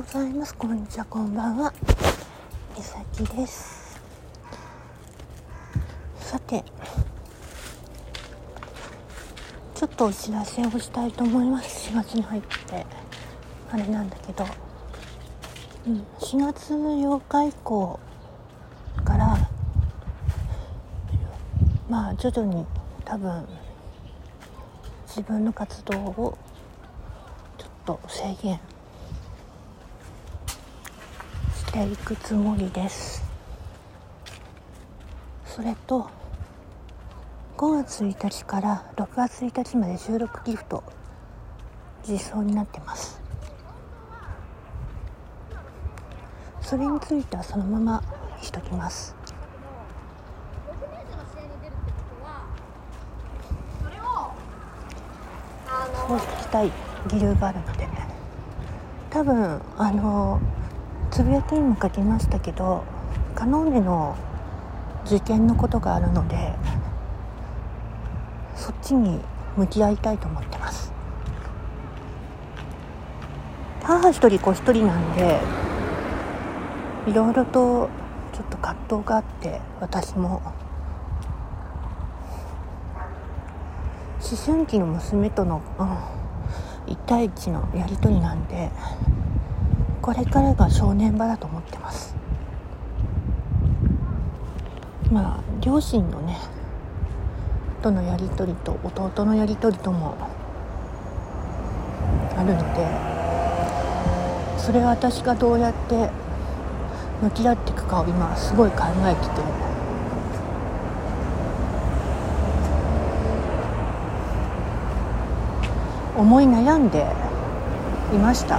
ございます。こんにちは、こんばんは。みさきです。さて、ちょっとお知らせをしたいと思います。4月に入ってあれなんだけど、4月8日以降から徐々に多分自分の活動をちょっと制限していくつもりです。それと5月1日から6月1日まで収録ギフト実装になってます。それについてはそのまましときます。そうしたい理由があるので、多分つぶやきにも書きましたけど、カノーネの受験のことがあるので、そっちに向き合いたいと思ってます。母一人子一人なんで、いろいろとちょっと葛藤があって、私も思春期の娘との、1対1のやり取りなんで、これからが正念場だと思ってます。両親のねとのやり取りと弟のやり取りともあるので、それは私がどうやって向き合っていくかを今すごい考えてて、思い悩んでいました。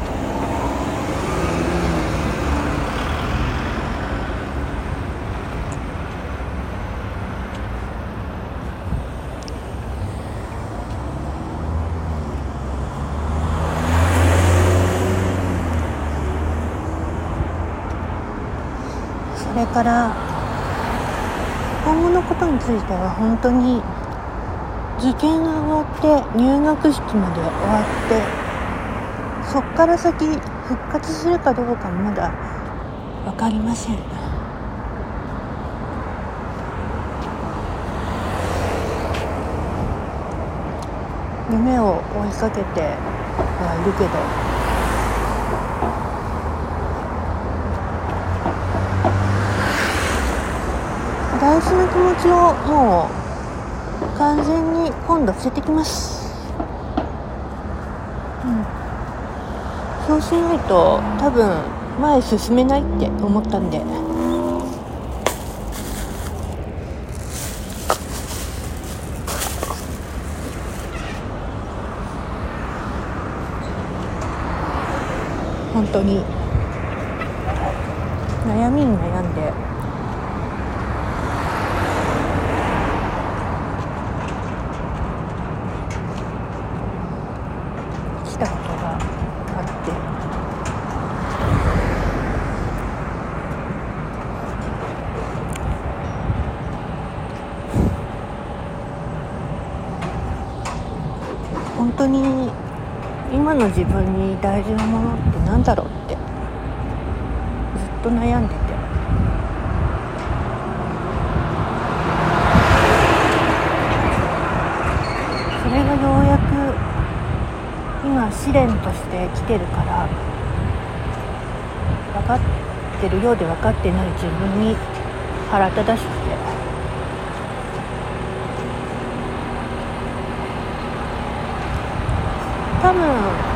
それから今後のことについては、本当に受験が終わって入学式まで終わって、そっから先復活するかどうかもまだ分かりません。夢を追いかけてはいるけど、大事な気持ちをもう完全に今度捨ててきます。そうしないと多分前進めないって思ったんで、本当に悩みに悩んできたことがあって、本当に今の自分に大事なものってなんだろうってずっと悩んでて、それがようやく今試練として来てるから、分かってるようで分かってない自分に腹立たしくて、多分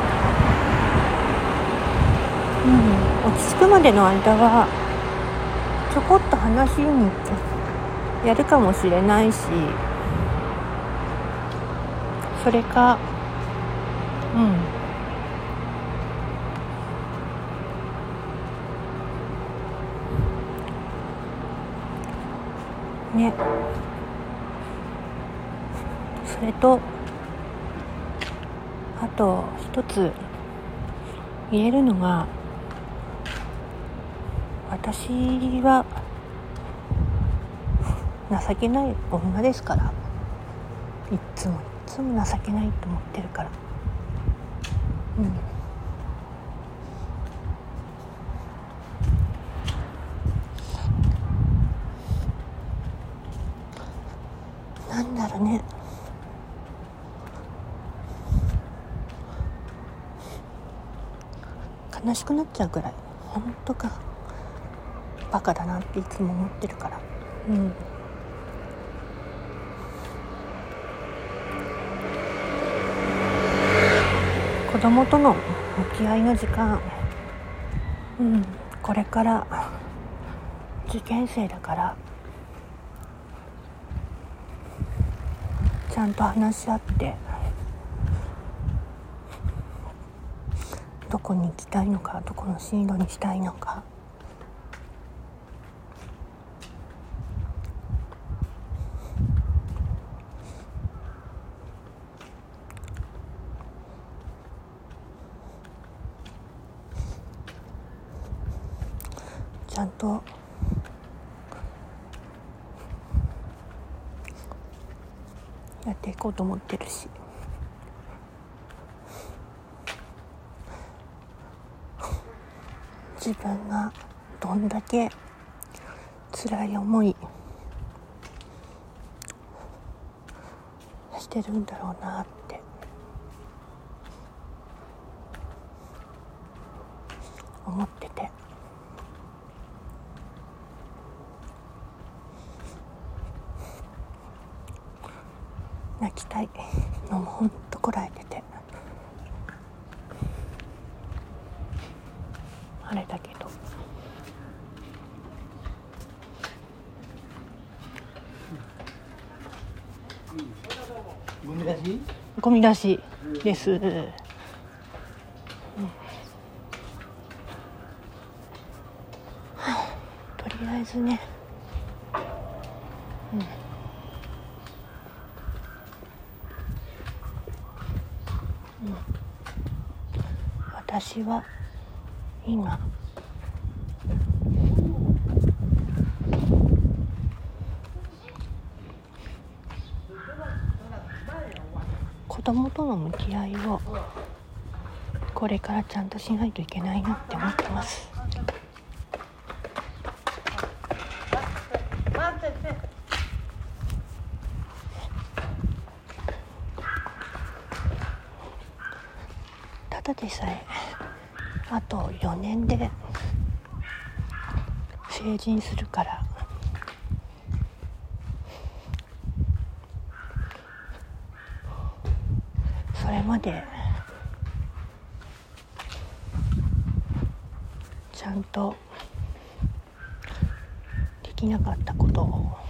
落ち着くまでの間はちょこっと話にやるかもしれないし、それかそれとあと一つ言えるのが、私は情けない女ですから、いつも情けないと思ってるから、 かね。悲しくなっちゃうくらい本当かバカだなっていつも思ってるから。子供との向き合いの時間、これから受験生だからちゃんと話し合ってどこに行きたいのか、どこの進路にしたいのか、ちゃんとやっていこうと思ってるし、自分がどんだけ辛い思いしてるんだろうなって思ってて、泣きたいのもほんとこらえててあれだけど、ゴミ出しです、とりあえずね、私は今子供との向き合いをこれからちゃんとしないといけないなって思ってます。ただでさえあと4年で成人するから、それまでちゃんとできなかったことを